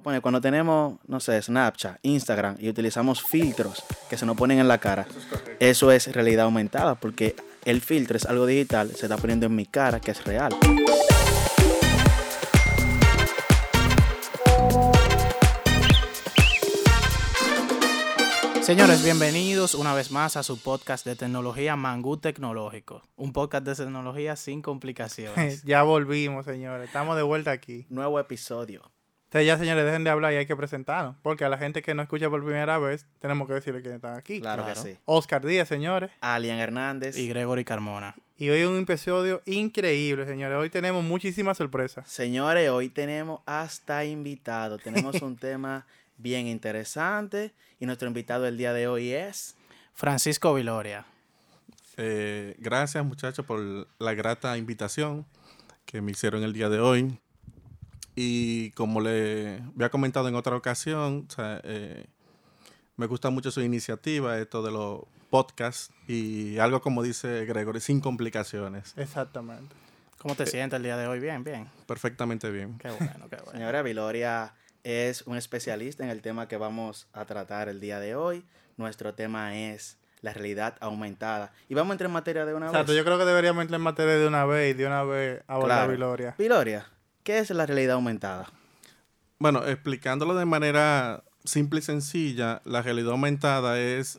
poner, cuando tenemos, no sé, Snapchat, Instagram y utilizamos filtros que se nos ponen en la cara, eso es realidad aumentada porque el filtro es algo digital, se está poniendo en mi cara que es real. Señores, bienvenidos una vez más a su podcast de tecnología Mangú Tecnológico. Un podcast de tecnología sin complicaciones. Ya volvimos, señores. Estamos de vuelta aquí. Nuevo episodio. Entonces ya, señores, dejen de hablar y hay que presentarnos. Porque a la gente que no escucha por primera vez, tenemos que decirle quiénes están aquí. Claro que sí. Oscar Díaz, señores. Alian Hernández. Y Gregory Carmona. Y hoy es un episodio increíble, señores. Hoy tenemos muchísimas sorpresas. Señores, hoy tenemos hasta invitado. Tenemos un tema bien interesante. Y nuestro invitado del día de hoy es... Francisco Viloria. Gracias, muchachos, por la grata invitación que me hicieron el día de hoy. Y como le había comentado en otra ocasión, o sea, me gusta mucho su iniciativa, esto de los podcasts, y algo como dice Gregory, sin complicaciones. Exactamente. ¿Cómo te sientes el día de hoy? Bien. Perfectamente bien. Qué bueno. Señora Viloria es un especialista en el tema que vamos a tratar el día de hoy. Nuestro tema es la realidad aumentada. Y vamos a entrar en materia de una Exacto, vez. yo creo que deberíamos entrar en materia de una vez y de una vez abordar Viloria. Viloria, ¿qué es la realidad aumentada? Bueno, explicándolo de manera simple y sencilla, la realidad aumentada es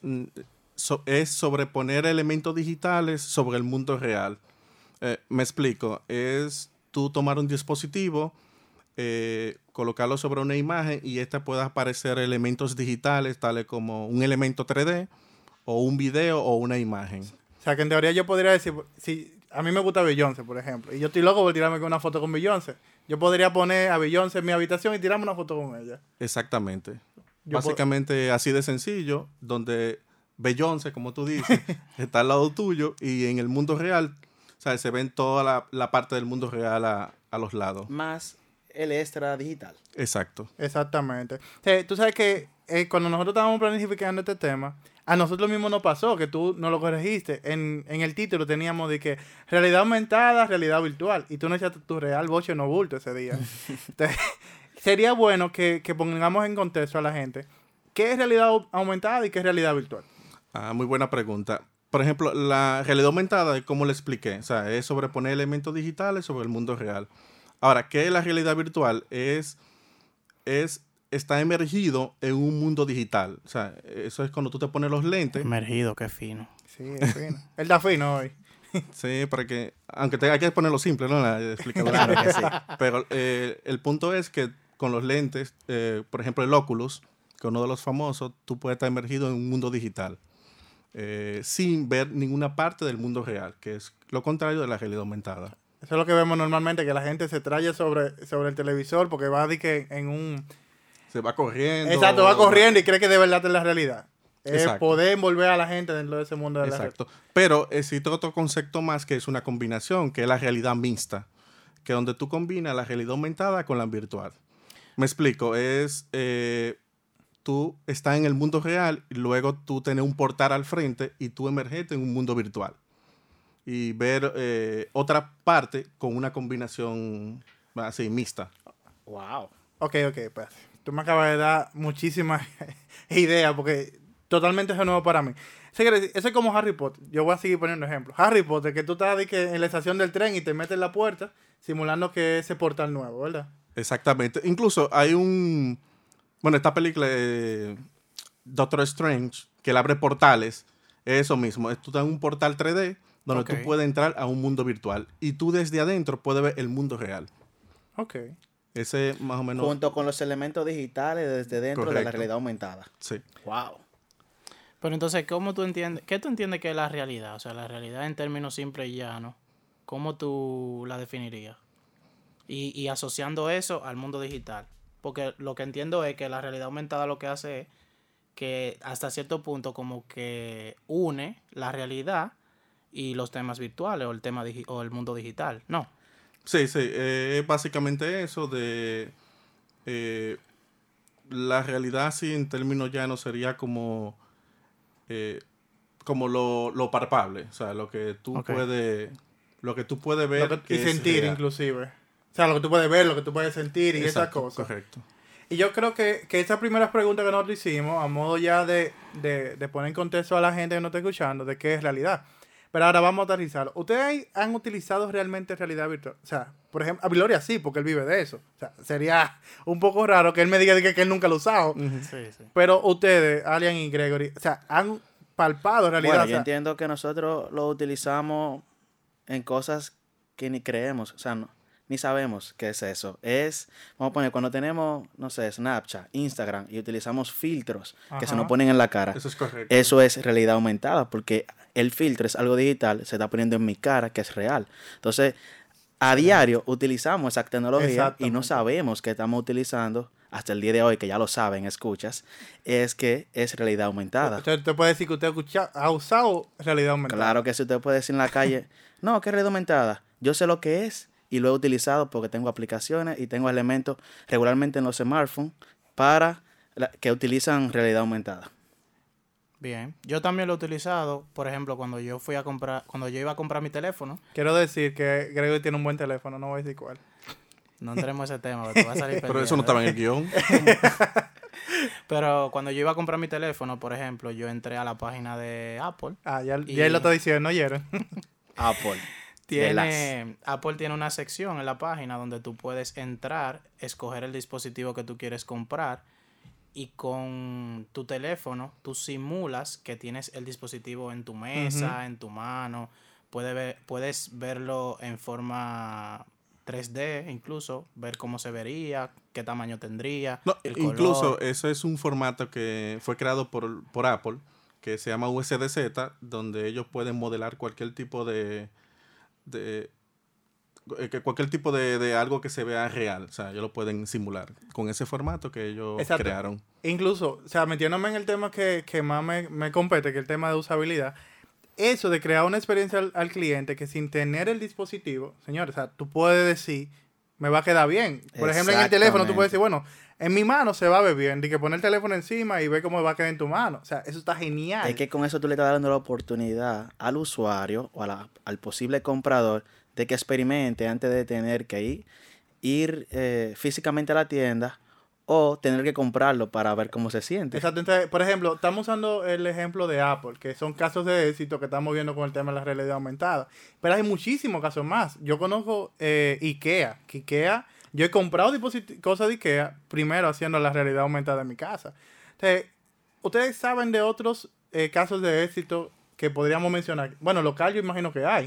sobreponer elementos digitales sobre el mundo real. Me explico, es tú tomar un dispositivo, colocarlo sobre una imagen y pueda aparecer elementos digitales tales como un elemento 3D o un video o una imagen. O sea, que en teoría yo podría decir, si a mí me gusta Beyoncé, por ejemplo, y yo estoy loco por tirarme con una foto con Beyoncé, yo podría poner a Beyoncé en mi habitación y tirarme una foto con ella. Exactamente. Básicamente así de sencillo, donde Beyoncé, como tú dices, está al lado tuyo y en el mundo real, o sea, se ven toda la parte del mundo real a los lados. Más el extra digital. Exacto. Exactamente. Tú sabes que cuando nosotros estábamos planificando este tema, a nosotros mismos nos pasó, que tú nos lo corregiste. En el título teníamos de que realidad aumentada, realidad virtual. Y tú no echaste tu real boche no bulto ese día. Entonces, sería bueno que pongamos en contexto a la gente qué es realidad aumentada y qué es realidad virtual. Muy buena pregunta. Por ejemplo, la realidad aumentada, como le expliqué, o sea, es sobreponer elementos digitales sobre el mundo real. Ahora, ¿qué es la realidad virtual? Está emergido en un mundo digital. O sea, eso es cuando tú te pones los lentes. Emergido, qué fino. Sí, es fino. Él está fino hoy. Sí, porque, aunque hay que ponerlo simple, ¿no? Claro que sí. Pero el punto es que con los lentes, por ejemplo, el Oculus, que es uno de los famosos, tú puedes estar emergido en un mundo digital. Sin ver ninguna parte del mundo real, que es lo contrario de la realidad aumentada. Eso es lo que vemos normalmente, que la gente se trae sobre el televisor porque va de que en un... Se va corriendo. Exacto, va corriendo y cree que de verdad es la realidad. Exacto. Poder envolver a la gente dentro de ese mundo de la realidad. Exacto. Pero existe otro concepto más que es una combinación, que es la realidad mixta, que es donde tú combinas la realidad aumentada con la virtual. Me explico, tú estás en el mundo real y luego tú tienes un portal al frente y tú emerges en un mundo virtual. Y ver otra parte con una combinación así, mixta. Wow. Ok, espérate. Tú me acabas de dar muchísimas ideas porque totalmente es nuevo para mí. Eso es como Harry Potter. Yo voy a seguir poniendo ejemplos. Harry Potter, que tú estás en la estación del tren y te metes en la puerta simulando que es ese portal nuevo, ¿verdad? Exactamente. Incluso hay esta película Doctor Strange, que él abre portales, es eso mismo. Tú estás en un portal 3D donde tú puedes entrar a un mundo virtual y tú desde adentro puedes ver el mundo real. Ok. Ese más o menos... Junto con los elementos digitales desde dentro de la realidad aumentada. Sí. Wow. Pero entonces, ¿cómo tú entiendes? ¿Qué tú entiendes que es la realidad? O sea, la realidad en términos simples y llanos, ¿cómo tú la definirías? Y asociando eso al mundo digital. Porque lo que entiendo es que la realidad aumentada lo que hace es que hasta cierto punto como que une la realidad y los temas virtuales o el mundo digital, ¿no? Sí, es básicamente eso de... la realidad, sí, en términos llanos, sería como lo palpable. O sea, lo que tú puedes ver. Y sentir, inclusive. O sea, lo que tú puedes ver, lo que tú puedes sentir y esas cosas. Correcto. Y yo creo que esas primeras preguntas que nosotros hicimos, a modo ya de poner en contexto a la gente que nos está escuchando, de qué es realidad. Pero ahora vamos a aterrizar. ¿Ustedes han utilizado realmente realidad virtual? O sea, por ejemplo, a Gloria sí, porque él vive de eso. O sea, sería un poco raro que él me diga que él nunca lo ha usado. Sí, sí. Pero ustedes, Alian y Gregory, o sea, han palpado realidad. Bueno, o yo sea, entiendo que nosotros lo utilizamos en cosas que ni creemos, o sea, ni sabemos qué es eso. Vamos a poner, cuando tenemos, no sé, Snapchat, Instagram y utilizamos filtros que se nos Ajá. ponen en la cara, Eso es correcto. eso es realidad aumentada, porque el filtro es algo digital, se está poniendo en mi cara, que es real. Entonces, a diario utilizamos esa tecnología y no Exactamente. sabemos que estamos utilizando, hasta el día de hoy, que ya lo saben, escuchas, es que es realidad aumentada. Usted puede decir que usted ha usado realidad aumentada. Claro que si usted puede decir en la calle, no, que es realidad aumentada. Yo sé lo que es y lo he utilizado porque tengo aplicaciones y tengo elementos regularmente en los smartphones que utilizan realidad aumentada. Bien. Yo también lo he utilizado, por ejemplo, cuando yo iba a comprar mi teléfono. Quiero decir que Gregory tiene un buen teléfono, no voy a decir cuál. No entremos en ese tema, porque te va a salir Pero eso no estaba en el guión. Pero cuando yo iba a comprar mi teléfono, por ejemplo, yo entré a la página de Apple. Ah, ya Y- él lo está diciendo, ¿no oyeron? Apple. de Apple tiene una sección en la página donde tú puedes entrar, escoger el dispositivo que tú quieres comprar y con tu teléfono tú simulas que tienes el dispositivo en tu mesa, en tu mano. Puedes verlo en forma 3D incluso, ver cómo se vería, qué tamaño tendría. No, el incluso color. eso es un formato que fue creado por Apple, que se llama USDZ, donde ellos pueden modelar cualquier tipo de cualquier tipo de algo que se vea real. O sea, ellos lo pueden simular con ese formato que ellos Exacto. crearon. Incluso, o sea, metiéndome en el tema que más me compete, que es el tema de usabilidad, eso de crear una experiencia al cliente que sin tener el dispositivo, señores, o sea, tú puedes decir, me va a quedar bien. Por ejemplo, en el teléfono tú puedes decir, bueno, en mi mano se va a ver bien, de que poner el teléfono encima y ver cómo va a quedar en tu mano. O sea, eso está genial. Es que con eso tú le estás dando la oportunidad al usuario o al posible comprador de que experimente antes de tener que ir físicamente a la tienda o tener que comprarlo para ver cómo se siente. Exacto. Entonces, por ejemplo, estamos usando el ejemplo de Apple, que son casos de éxito que estamos viendo con el tema de la realidad aumentada. Pero hay muchísimos casos más. Yo conozco IKEA. Que IKEA, yo he comprado cosas de IKEA primero haciendo la realidad aumentada en mi casa. Entonces, ¿ustedes saben de otros casos de éxito que podríamos mencionar? Bueno, local yo imagino que hay.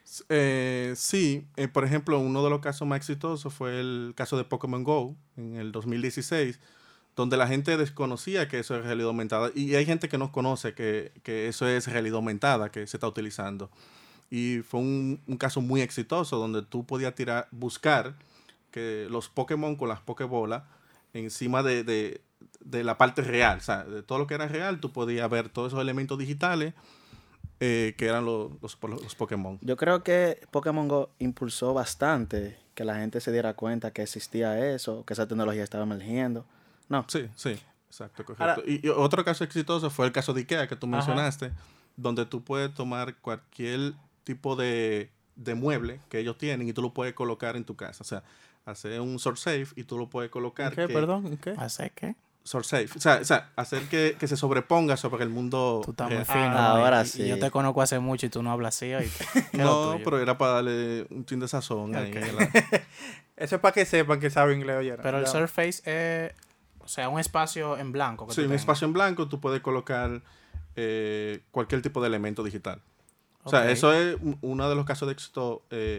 Sí, por ejemplo, uno de los casos más exitosos fue el caso de Pokémon Go en el 2016, donde la gente desconocía que eso es realidad aumentada y hay gente que no conoce que eso es realidad aumentada que se está utilizando. Y fue un caso muy exitoso donde tú podías buscar que los Pokémon con las Pokébolas encima de la parte real, o sea, de todo lo que era real, tú podías ver todos esos elementos digitales que eran los Pokémon. Yo creo que Pokémon Go impulsó bastante que la gente se diera cuenta que existía eso, que esa tecnología estaba emergiendo. No. Sí, exacto, correcto. Ahora- Y otro caso exitoso fue el caso de IKEA que tú mencionaste, donde tú puedes tomar cualquier tipo de mueble que ellos tienen y tú lo puedes colocar en tu casa. O sea, hacer un source safe y tú lo puedes colocar. ¿Qué? Perdón, ¿qué? ¿Hace qué? Source safe. O sea, hacer que se sobreponga sobre el mundo. Tú estás muy real. fino. ahora y sí. yo te conozco hace mucho y tú no hablas así hoy. No, pero era para darle un chin de sazón ahí. Eso es para que sepan que sabe inglés, oyeron. Pero el Ya. Surface es, o sea, un espacio en blanco. Que Sí, tú un tengas. espacio en blanco, tú puedes colocar cualquier tipo de elemento digital. O sea, Ok. eso es uno de los casos de éxito,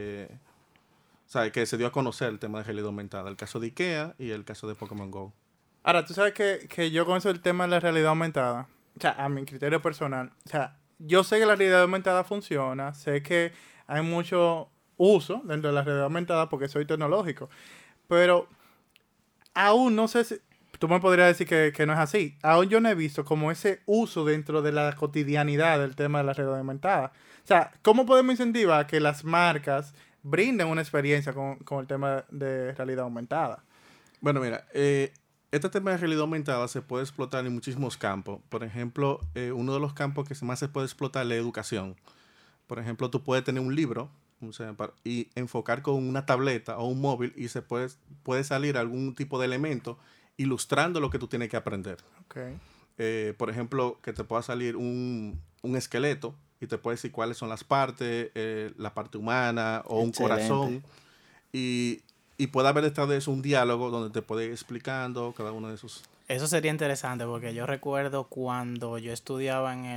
o sea, que se dio a conocer el tema de realidad aumentada. El caso de IKEA y el caso de Pokémon Go. Ahora, tú sabes que yo con eso el tema de la realidad aumentada, o sea, a mi criterio personal, o sea, yo sé que la realidad aumentada funciona, sé que hay mucho uso dentro de la realidad aumentada porque soy tecnológico, pero aún no sé si, tú me podrías decir que no es así, aún yo no he visto como ese uso dentro de la cotidianidad del tema de la realidad aumentada. O sea, ¿cómo podemos incentivar a que las marcas brinden una experiencia con el tema de realidad aumentada? Bueno, mira, este tema de realidad aumentada se puede explotar en muchísimos campos. Por ejemplo, uno de los campos que más se puede explotar es la educación. Por ejemplo, tú puedes tener un libro, o sea, y enfocar con una tableta o un móvil y puede salir algún tipo de elemento ilustrando lo que tú tienes que aprender. Okay. Por ejemplo, que te pueda salir un esqueleto y te puede decir cuáles son las partes, la parte humana o un Excelente. corazón. Y puede haber detrás de eso un diálogo donde te puede ir explicando cada uno de esos. Eso sería interesante porque yo recuerdo cuando yo estudiaba en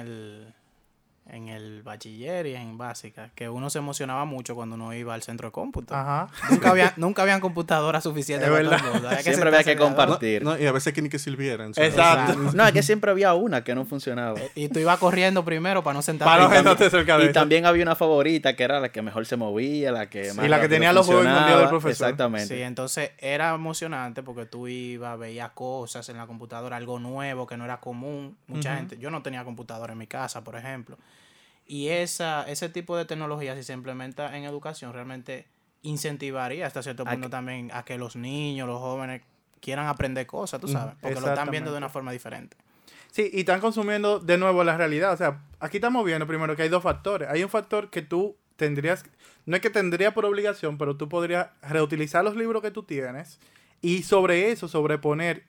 el bachiller y en básica, que uno se emocionaba mucho cuando uno iba al centro de cómputo. Ajá. Nunca habían computadoras suficientes Es para todo verdad. el mundo. Siempre había que sentarse al lado. compartir. No, y a veces que ni que sirvieran. ¿sabes? Exacto. No, es que siempre había una que no funcionaba. Y tú ibas corriendo primero para no sentarte. Para no Y también- sentarte cerca de Y eso. también había una favorita que era la que mejor se movía, la que más Y la que rápido tenía los juegos escondidos del funcionaba. profesor. Exactamente. Sí, entonces era emocionante porque tú ibas, veías cosas en la computadora, algo nuevo que no era común. Mucha gente, yo no tenía computadora en mi casa, por ejemplo. Y ese tipo de tecnología, si se implementa en educación, realmente incentivaría hasta cierto punto también a que los niños, los jóvenes quieran aprender cosas, tú sabes, porque lo están viendo de una forma diferente. Sí, y están consumiendo de nuevo la realidad. O sea, aquí estamos viendo primero que hay dos factores. Hay un factor que tú tendrías, no es que tendría por obligación, pero tú podrías reutilizar los libros que tú tienes y sobre eso sobreponer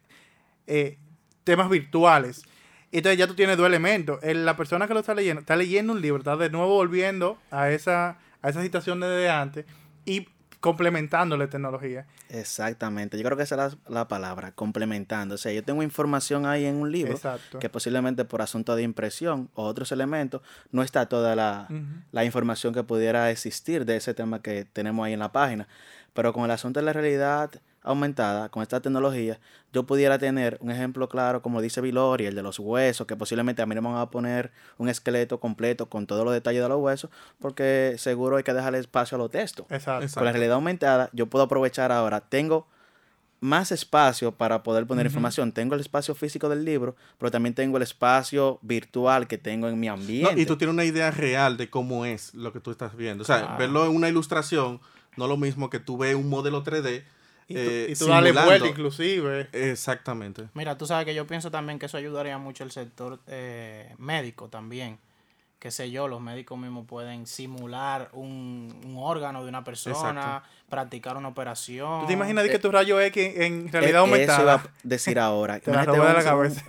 temas virtuales. Entonces ya tú tienes dos elementos. La persona que lo está leyendo un libro, está de nuevo volviendo a esa situación de antes y complementándole tecnología. Exactamente. Yo creo que esa es la palabra, complementando. O sea, yo tengo información ahí en un libro Exacto. que posiblemente por asunto de impresión o otros elementos no está toda la información que pudiera existir de ese tema que tenemos ahí en la página. Pero con el asunto de la realidad aumentada, con esta tecnología, yo pudiera tener un ejemplo claro, como dice Vilori, el de los huesos, que posiblemente a mí no me van a poner un esqueleto completo con todos los detalles de los huesos, porque seguro hay que dejarle espacio a los textos. Exacto. Exacto. Con la realidad aumentada, yo puedo aprovechar ahora, tengo más espacio para poder poner información. Tengo el espacio físico del libro, pero también tengo el espacio virtual que tengo en mi ambiente. No, y tú tienes una idea real de cómo es lo que tú estás viendo. O sea, verlo en una ilustración no es lo mismo que tú ves un modelo 3D. Y tú dale simulando. vuelta inclusive. Exactamente. Mira, tú sabes que yo pienso también que eso ayudaría mucho el sector médico también. Qué sé yo, los médicos mismos pueden simular un órgano de una persona, Exacto. practicar una operación. ¿Tú te imaginas que tu rayo X en realidad Eso iba aumentada? a decir ahora. Te la Imagínate robé de la cabeza.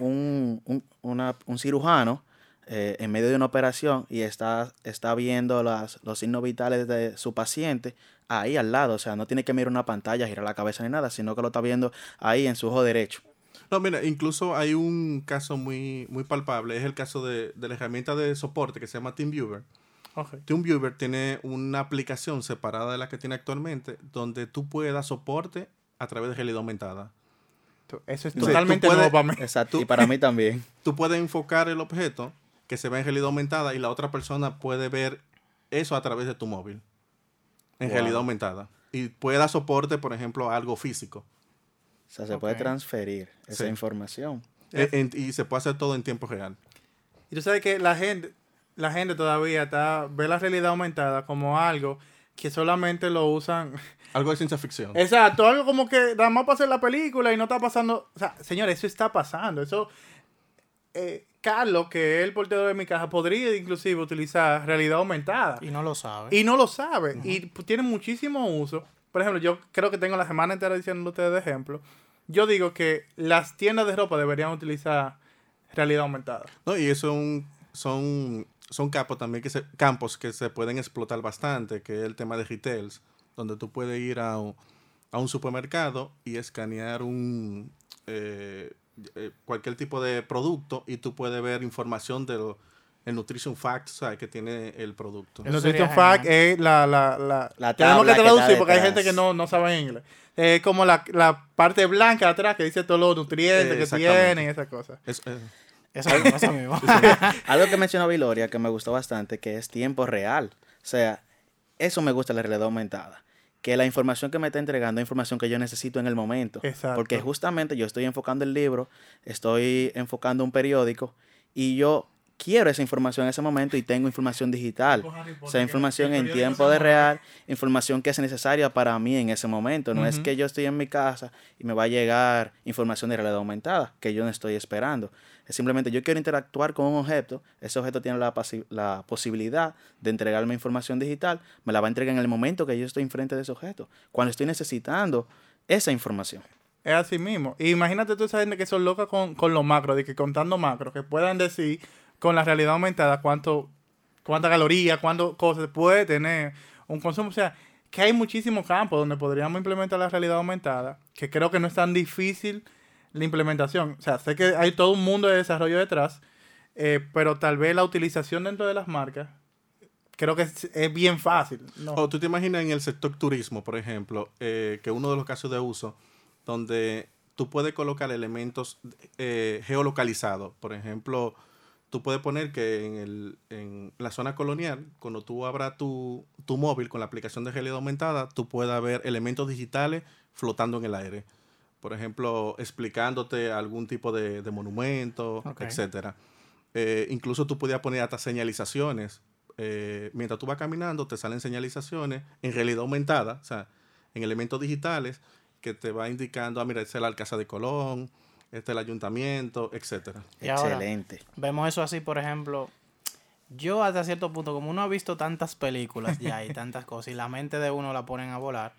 un cirujano en medio de una operación y está viendo los signos vitales de su paciente ahí al lado. O sea, no tiene que mirar una pantalla, girar la cabeza ni nada, sino que lo está viendo ahí en su ojo derecho. No, mira, incluso hay un caso muy, muy palpable. Es el caso de la herramienta de soporte que se llama TeamViewer. Okay. TeamViewer tiene una aplicación separada de la que tiene actualmente donde tú puedes dar soporte a través de realidad aumentada. Eso es Sí, totalmente tú puedes- nuevo para mí. Exacto. Y para mí también. Tú puedes enfocar el objeto que se ve en realidad aumentada y la otra persona puede ver eso a través de tu móvil en Wow. realidad aumentada. Y puede dar soporte, por ejemplo, a algo físico. O sea, se puede Ok. transferir esa Sí. información. Y se puede hacer todo en tiempo real. Y tú sabes que la gente todavía ve la realidad aumentada como algo que solamente lo usan. Algo de ciencia ficción. Exacto, algo como que nada más para hacer la película y no está pasando. O sea, señores, eso está pasando. Eso. Carlos, que es el portero de mi casa, podría inclusive utilizar realidad aumentada. Y no lo sabe. Y no lo sabe. Y tiene muchísimo uso. Por ejemplo, yo creo que tengo la semana entera diciendo ustedes de ejemplo. Yo digo que las tiendas de ropa deberían utilizar realidad aumentada. No, y eso son campos también campos que se pueden explotar bastante, que es el tema de retails, donde tú puedes ir a un supermercado y escanear cualquier tipo de producto y tú puedes ver información del Nutrition Facts, ¿sabes? Que tiene el producto. El Eso Nutrition sería Fact genial. es La tenemos tabla que que traducir está porque hay detrás. gente que no sabe inglés. Es como la parte blanca atrás que dice todos los nutrientes que Exactamente. tienen y esas cosas. Eso mismo. Algo que mencionó Viloria que me gustó bastante, que es tiempo real. O sea, eso me gusta de la realidad aumentada. Que la información que me está entregando es información que yo necesito en el momento. Exacto. Porque justamente yo estoy enfocando el libro, estoy enfocando un periódico y yo quiero esa información en ese momento y tengo información digital. O sea, información en tiempo de real, información que es necesaria para mí en ese momento. No es que yo estoy en mi casa y me va a llegar información de realidad aumentada, que yo no estoy esperando. Es simplemente yo quiero interactuar con un objeto, ese objeto tiene la posibilidad de entregarme información digital, me la va a entregar en el momento que yo estoy enfrente de ese objeto, cuando estoy necesitando esa información. Es así mismo. Y imagínate tú esa gente que son locas con los macros, de que contando macros, que puedan decir con la realidad aumentada cuánta calorías, cuántas cosas puede tener un consumo. O sea, que hay muchísimos campos donde podríamos implementar la realidad aumentada, que creo que no es tan difícil la implementación. O sea, sé que hay todo un mundo de desarrollo detrás, pero tal vez la utilización dentro de las marcas, creo que es bien fácil, ¿no? O tú te imaginas en el sector turismo, por ejemplo, que uno de los casos de uso, donde tú puedes colocar elementos geolocalizados. Por ejemplo, tú puedes poner que en la zona colonial, cuando tú abras tu móvil con la aplicación de realidad aumentada, tú puedas ver elementos digitales flotando en el aire. Por ejemplo, explicándote algún tipo de monumento, Okay. etcétera. Incluso tú podías poner hasta señalizaciones. Mientras tú vas caminando, te salen señalizaciones en realidad aumentada, o sea, en elementos digitales, que te va indicando, mira, esta es la Alcázar de Colón, este es el ayuntamiento, etcétera. Y ahora, Excelente. vemos eso así, por ejemplo, yo hasta cierto punto, como uno ha visto tantas películas ya y tantas cosas, y la mente de uno la ponen a volar,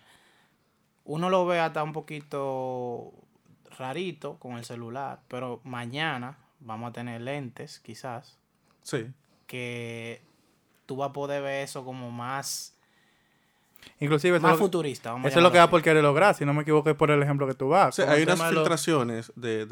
uno lo ve hasta un poquito rarito con el celular, pero mañana vamos a tener lentes, quizás, Sí. que tú vas a poder ver eso como más Inclusive más futurista. Vamos a eso es lo que va llamarlo por querer lograr, si no me equivoco es por el ejemplo que tú vas. O sea, Con hay el unas tema de los- filtraciones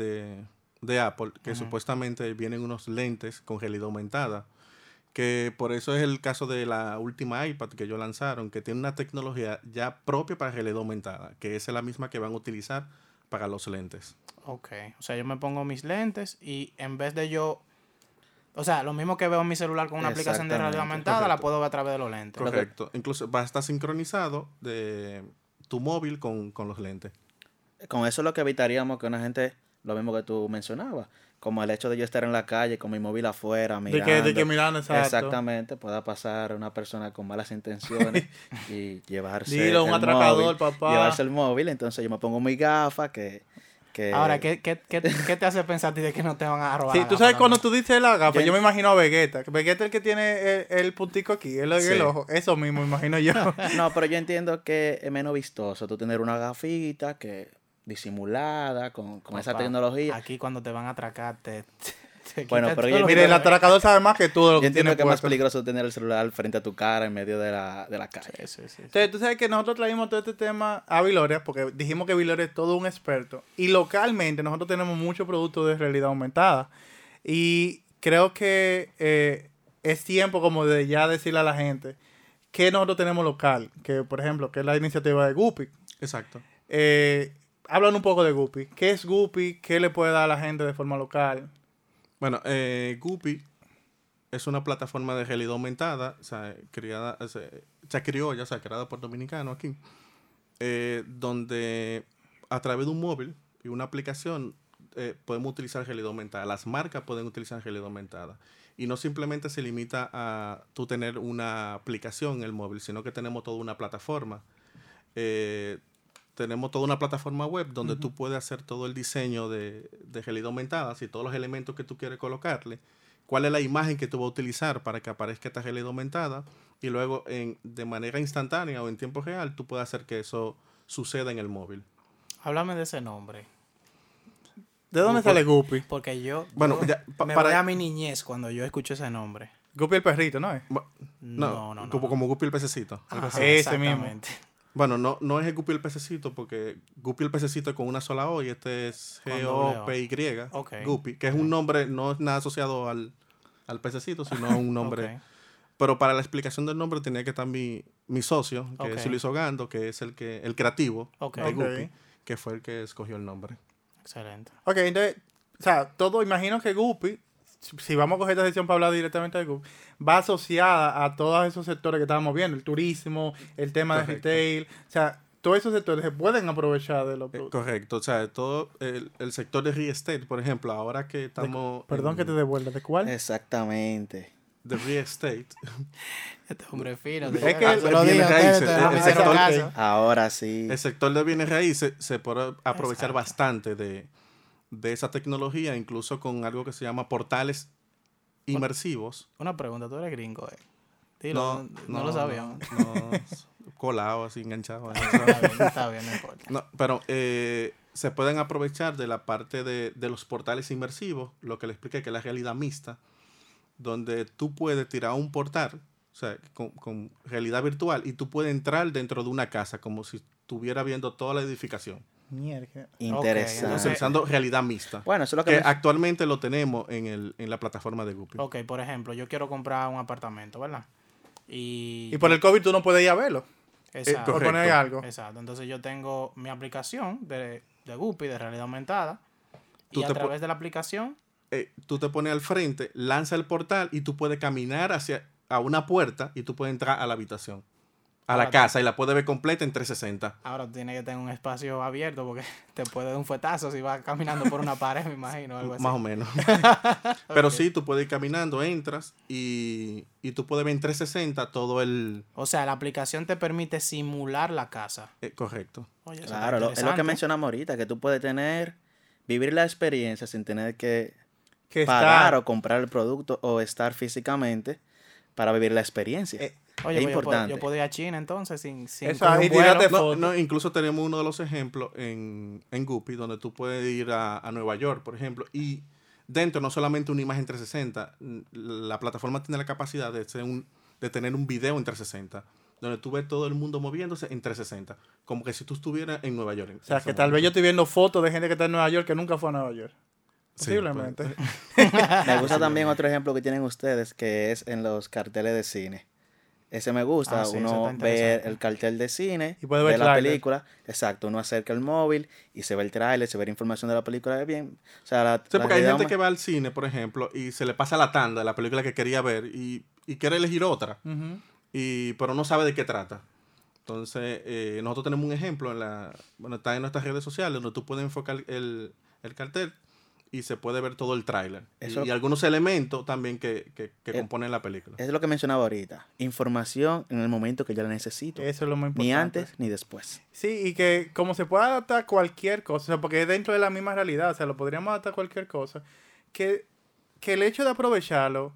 de Apple que supuestamente vienen unos lentes con realidad aumentada, que por eso es el caso de la última iPad que ellos lanzaron, que tiene una tecnología ya propia para realidad aumentada, que es la misma que van a utilizar para los lentes. así. Ok. O sea, yo me pongo mis lentes y en vez de yo... O sea, lo mismo que veo en mi celular con una aplicación de realidad Exactamente, aumentada, la correcto. puedo ver a través de los lentes. Correcto. Incluso va a estar sincronizado de tu móvil con los lentes. Con eso es lo que evitaríamos que una gente, lo mismo que tú mencionabas, como el hecho de yo estar en la calle con mi móvil afuera, mirando. de que mirando, exacto. Exactamente, pueda pasar una persona con malas intenciones y llevarse Dilo, un el atracador, móvil, papá. llevarse el móvil, entonces yo me pongo mi gafa que Ahora, ¿qué te hace pensar a ti de que no te van a robar? Sí, la tú gafa sabes cuando también? tú dices la gafa, Yo- yo me imagino a Vegeta. Vegeta es el que tiene el puntico aquí, en Sí. el ojo. Eso mismo, imagino yo. No, pero yo entiendo que es menos vistoso tú tener una gafita que disimulada con esa Papá, tecnología. Aquí cuando te van a atracar, te Bueno, quitan pero todo yo lo que Mire, el te- atracador sabe más que tú de lo Yo que entiendo tiene que es más puesto. peligroso tener el celular frente a tu cara en medio de la calle. Sí, sí, sí. Entonces, tú sabes que nosotros traímos todo este tema a Viloria porque dijimos que Viloria es todo un experto. Y localmente nosotros tenemos muchos productos de realidad aumentada. Y creo que es tiempo como de ya decirle a la gente que nosotros tenemos local. Que, por ejemplo, que es la iniciativa de Guppy. Exacto. Hablan un poco de Guppy. ¿Qué es Guppy? ¿Qué le puede dar a la gente de forma local? Bueno, Guppy es una plataforma de realidad aumentada, o sea, creada por dominicanos aquí, donde a través de un móvil y una aplicación podemos utilizar realidad aumentada. Las marcas pueden utilizar realidad aumentada. Y no simplemente se limita a tú tener una aplicación en el móvil, sino que tenemos toda una plataforma. Tenemos toda una plataforma web donde tú puedes hacer todo el diseño de realidad aumentada, así todos los elementos que tú quieres colocarle, cuál es la imagen que tú vas a utilizar para que aparezca esta realidad aumentada, y luego de manera instantánea o en tiempo real tú puedes hacer que eso suceda en el móvil. Háblame de ese nombre. ¿De dónde sale Guppy? Porque yo Bueno, ya, me voy a mi niñez cuando yo escucho ese nombre. Guppy el perrito, ¿no es? No. Como Guppy el pececito. algo así. Ese mismo. Exactamente. Bueno, no es el Guppy el pececito, porque Guppy el pececito es con una sola O y este es Con doble O. G-O-P-Y, Ok. Guppy, que es un nombre, no es nada asociado al pececito, sino un nombre. Ok. Pero para la explicación del nombre tenía que estar mi socio, que Ok. es Luis Ogando, que es el creativo Ok. de Ok. Guppy, que fue el que escogió el nombre. Excelente. Ok, entonces, o sea, todo, imagino que Guppy, si vamos a coger esta sección para hablar directamente de Guppy, va asociada a todos esos sectores que estábamos viendo, el turismo, el tema Correcto. de retail, o sea, todos esos sectores se pueden aprovechar de los productos. Correcto, o sea, todo el sector de real estate, por ejemplo, ahora que estamos... Perdón que te devuelva, ¿de cuál? Exactamente. De real estate. Este hombre fino. Es que se lo bienes digo a raíces, ustedes, no me el hicieron sector- caso. Ahora sí. El sector de bienes raíces se puede aprovechar Exacto. bastante de esa tecnología, incluso con algo que se llama portales inmersivos. Una pregunta, tú eres gringo, Dilo, no lo sabíamos. No, colado, así, enganchado. Está bien, no importa. No, pero se pueden aprovechar de la parte de los portales inmersivos, lo que le expliqué que es la realidad mixta, donde tú puedes tirar un portal, o sea, con realidad virtual, y tú puedes entrar dentro de una casa como si estuviera viendo toda la edificación. Mierda. Interesante. entonces- Utilizando realidad mixta. Bueno, eso es lo que que actualmente lo tenemos en la plataforma de Guppy. Ok, por ejemplo, yo quiero comprar un apartamento, ¿verdad? Y por el COVID tú no puedes ir a verlo. Exacto. Por poner algo. Exacto. Entonces yo tengo mi aplicación de Guppy, de realidad aumentada. Tú Y a te través de la aplicación, Tú te pones al frente, lanza el portal y tú puedes caminar a una puerta y tú puedes entrar a la habitación, a la Ahora, casa, y la puedes ver completa en 360. ahora tú tienes que tener un espacio abierto porque te puede dar un fuetazo si vas caminando por una pared, me imagino, algo así. Más o menos. Pero sí, tú puedes ir caminando, entras y tú puedes ver en 360 todo el... O sea, la aplicación te permite simular la casa. correcto. Oye, eso está Claro, es lo que interesante. mencionamos ahorita, que tú puedes vivir la experiencia sin tener que Que pagar está... o comprar el producto o estar físicamente para vivir la experiencia. Eh, Oye, es pues importante. yo puedo ir a China entonces sin Eso, coger ahí un vuelo. tírate No, foto. no, incluso tenemos uno de los ejemplos en Guppy, donde tú puedes ir a Nueva York, por ejemplo, y dentro no solamente una imagen 360, la plataforma tiene la capacidad de tener un video en 360, donde tú ves todo el mundo moviéndose en 360, como que si tú estuvieras en Nueva York. O sea, que tal vez yo estoy viendo fotos de gente que está en Nueva York que nunca fue a Nueva York. Posiblemente. Me gusta también otro ejemplo que tienen ustedes, que es en los carteles de cine. Ese me gusta, Ah, sí, ese uno está ve interesante. el cartel de cine, Y puede ver ve la tráiler. película, exacto, uno acerca el móvil y se ve el tráiler, se ve la información de la película, es bien. O sea, Sí, porque hay realidad gente que va al cine, por ejemplo, y se le pasa la tanda de la película que quería ver y quiere elegir otra, Ujú. pero no sabe de qué trata. Entonces, nosotros tenemos un ejemplo está en nuestras redes sociales, donde tú puedes enfocar el cartel y se puede ver todo el tráiler. Eso- Y algunos elementos también que componen la película. Es lo que mencionaba ahorita, información en el momento que yo la necesito, Eso es lo más importante. ni antes ni después. Sí, y que como se puede adaptar cualquier cosa, o sea, porque es dentro de la misma realidad, o sea, lo podríamos adaptar a cualquier cosa, que el hecho de aprovecharlo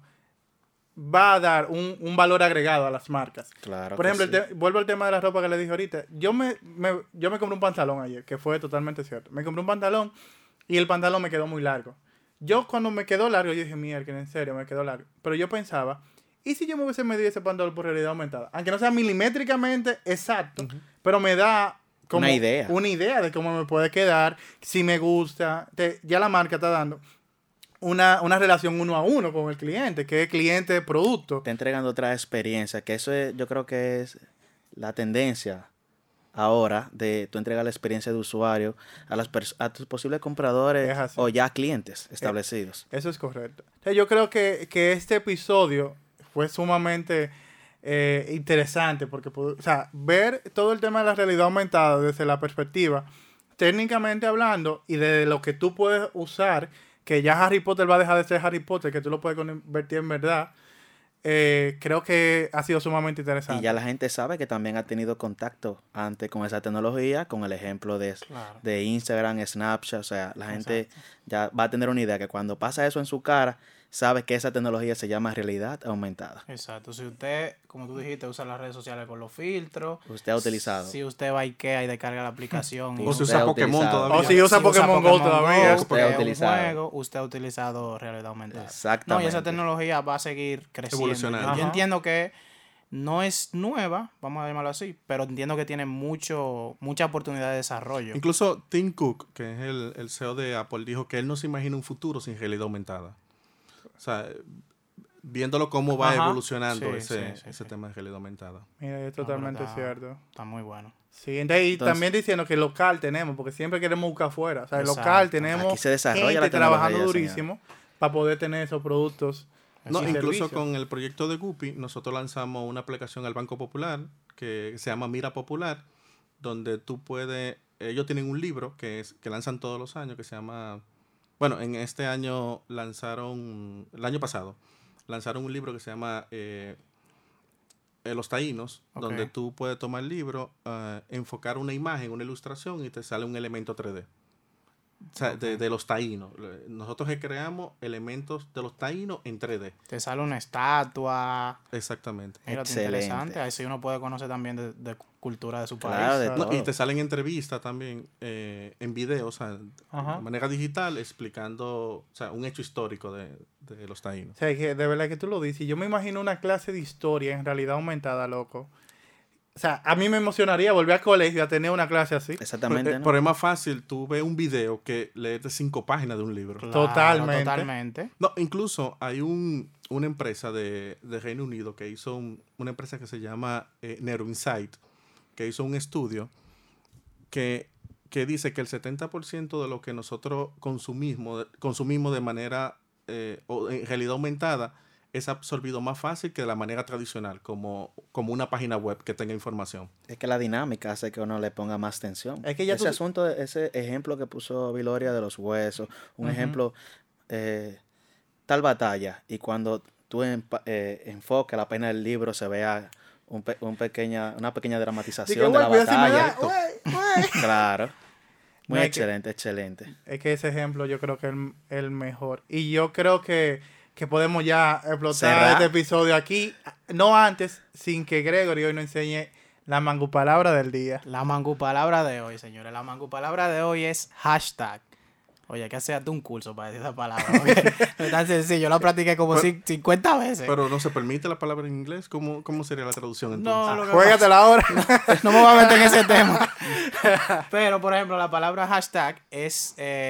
va a dar un valor agregado a las marcas. Claro. Por que ejemplo, sí. vuelvo al tema de la ropa que le dije ahorita. Yo me compré un pantalón ayer, que fue totalmente cierto. Me compré un pantalón y el pantalón me quedó muy largo. Yo cuando me quedó largo, yo dije, mierda, en serio, me quedó largo. Pero yo pensaba, ¿y si yo me hubiese medido ese pantalón por realidad aumentada? Aunque no sea milimétricamente exacto, pero me da como Una idea. de cómo me puede quedar, si me gusta. Ya la marca está dando una relación 1 a 1 con el cliente, que es cliente-producto. Te entregando otra experiencia, que eso yo creo que es la tendencia ahora de tú entregar la experiencia de usuario a tus posibles compradores Es así. o ya clientes establecidos. Eso es correcto. O sea, yo creo que este episodio fue sumamente interesante porque, o sea, ver todo el tema de la realidad aumentada desde la perspectiva, técnicamente hablando, y de lo que tú puedes usar, que ya Harry Potter va a dejar de ser Harry Potter, que tú lo puedes convertir en verdad, creo que ha sido sumamente interesante. Y ya la gente sabe que también ha tenido contacto antes con esa tecnología, con el ejemplo Claro. de Instagram, Snapchat. O sea, la gente ya va a tener una idea que cuando pasa eso en su cara, sabe que esa tecnología se llama realidad aumentada. Exacto. Si usted, como tú dijiste, usa las redes sociales con los filtros. Usted ha utilizado. Si usted va a IKEA y descarga la aplicación. O si Usted usa ha Pokémon utilizado. todavía. O si usa Pokémon Go todavía. Usted ha es un utilizado. juego, usted ha utilizado realidad aumentada. Exactamente. No, y esa tecnología va a seguir creciendo. Evolucionando. Yo Ajá. entiendo que no es nueva, vamos a llamarlo así, pero entiendo que tiene mucha oportunidad de desarrollo. Incluso Tim Cook, que es el CEO de Apple, dijo que él no se imagina un futuro sin realidad aumentada. O sea, viéndolo cómo va Ajá. evolucionando Sí, ese sí. tema de realidad aumentada. Mira, es totalmente está- cierto. Está muy bueno. Sí, entonces, y Entonces- también diciendo que local tenemos, porque siempre queremos buscar afuera. O sea, el Exacto. local tenemos Aquí se desarrolla gente la tecnología, trabajando señor. durísimo para poder tener esos productos. No, y incluso servicios. con el proyecto de Guppy, nosotros lanzamos una aplicación al Banco Popular que se llama Mira Popular, donde tú puedes, ellos tienen un libro que lanzan todos los años, que se llama, bueno, en este año el año pasado, lanzaron un libro que se llama Los Taínos, Ok. donde tú puedes tomar el libro, enfocar una imagen, una ilustración y te sale un elemento 3D. O sea, de los taínos. Nosotros creamos elementos de los taínos en 3D. Te sale una estatua. Exactamente. Mira, qué Excelente. interesante. Así uno puede conocer también de cultura de su Claro, de país. todo. Y te salen entrevistas también en video, o sea, Ajá. de manera digital, explicando, o sea, un hecho histórico de los taínos. O sea, que de verdad que tú lo dices. Yo me imagino una clase de historia en realidad aumentada, loco. O sea, a mí me emocionaría volver al colegio a tener una clase así. Exactamente, ¿no? Pero es más fácil tú ves un video que leerte 5 páginas de un libro. Claro, Totalmente. Totalmente. No, incluso hay una empresa de Reino Unido que hizo una empresa que se llama NeuroInsight, que hizo un estudio que dice que el 70% de lo que nosotros consumimos de manera o en realidad aumentada es absorbido más fácil que de la manera tradicional, como una página web que tenga información. Es que la dinámica hace que uno le ponga más tensión. Es que ya ese asunto, ese ejemplo que puso Viloria de los huesos, un ejemplo, tal batalla, y cuando tú enfoques la pena del libro se vea una pequeña dramatización de la batalla. Claro. Muy No, es excelente, excelente. Es que ese ejemplo yo creo que es el mejor. Y yo creo que podemos ya explotar Cerrar. este episodio aquí. No antes, sin que Gregory hoy nos enseñe la mangupalabra del día. La mangupalabra de hoy, señores. La mangupalabra de hoy es hashtag. Oye, hay que hacerte un curso para decir esa palabra. Porque no es tan sencillo. Yo lo practiqué como 50 veces. Pero no se permite la palabra en inglés. ¿Cómo sería la traducción entonces? No, lo que Juégatela ahora. no me voy a meter en ese tema. Pero, por ejemplo, la palabra hashtag es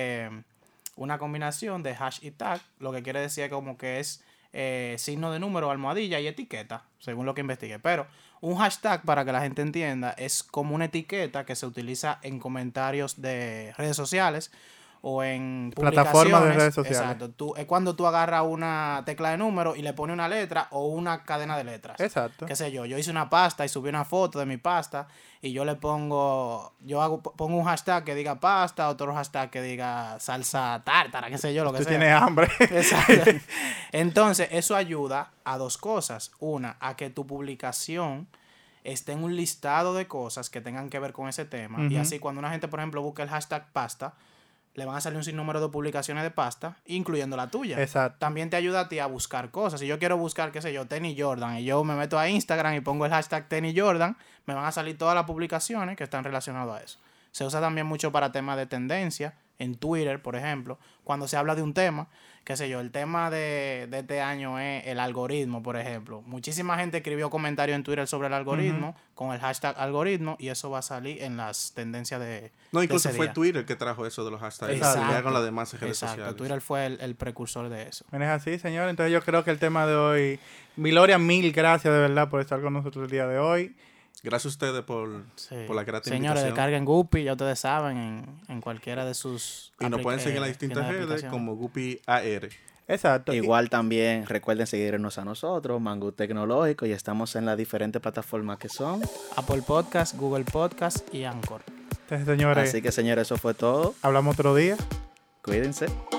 una combinación de hash y tag. Lo que quiere decir como que es signo de número, almohadilla y etiqueta, según lo que investigué. Pero un hashtag, para que la gente entienda, es como una etiqueta que se utiliza en comentarios de redes sociales o en Plataformas de publicaciones. redes sociales. Exacto. Es cuando tú agarras una tecla de número y le pones una letra o una cadena de letras. Exacto. Qué sé yo hice una pasta y subí una foto de mi pasta y yo le pongo un hashtag que diga pasta, otro hashtag que diga salsa tártara, qué sé yo, lo que Tú sea. tienes hambre. Exacto. Entonces, eso ayuda a dos cosas. Una, a que tu publicación esté en un listado de cosas que tengan que ver con ese tema. Y Ujú. así, cuando una gente, por ejemplo, busca el hashtag pasta, le van a salir un sinnúmero de publicaciones de pasta, incluyendo la tuya. Exacto. También te ayuda a ti a buscar cosas. Si yo quiero buscar, qué sé yo, tenis Jordan, y yo me meto a Instagram y pongo el hashtag tenis Jordan, me van a salir todas las publicaciones que están relacionadas a eso. Se usa también mucho para temas de tendencia. En Twitter, por ejemplo, cuando se habla de un tema, qué sé yo, el tema de este año es el algoritmo, por ejemplo. Muchísima gente escribió comentarios en Twitter sobre el algoritmo, con el hashtag algoritmo, y eso va a salir en las tendencias de No, incluso de ese fue día. Twitter que trajo eso de los hashtags. Exacto. Ya con las demás redes Exacto, sociales. Twitter fue el precursor de eso. Bueno, es así, señor. Entonces yo creo que el tema de hoy... Viloria, mil gracias de verdad por estar con nosotros el día de hoy. Gracias a ustedes por la grata Señores, invitación. descarguen Guppy, ya ustedes saben, en cualquiera de sus... Y nos pueden seguir en las tiendas distintas de redes aplicaciones. como Guppy AR. Exacto. Igual también recuerden seguirnos a nosotros, Mango Tecnológico, y estamos en las diferentes plataformas que son. Apple Podcast, Google Podcast y Anchor. Entonces, señores, Así que señores, eso fue todo. hablamos otro día. Cuídense.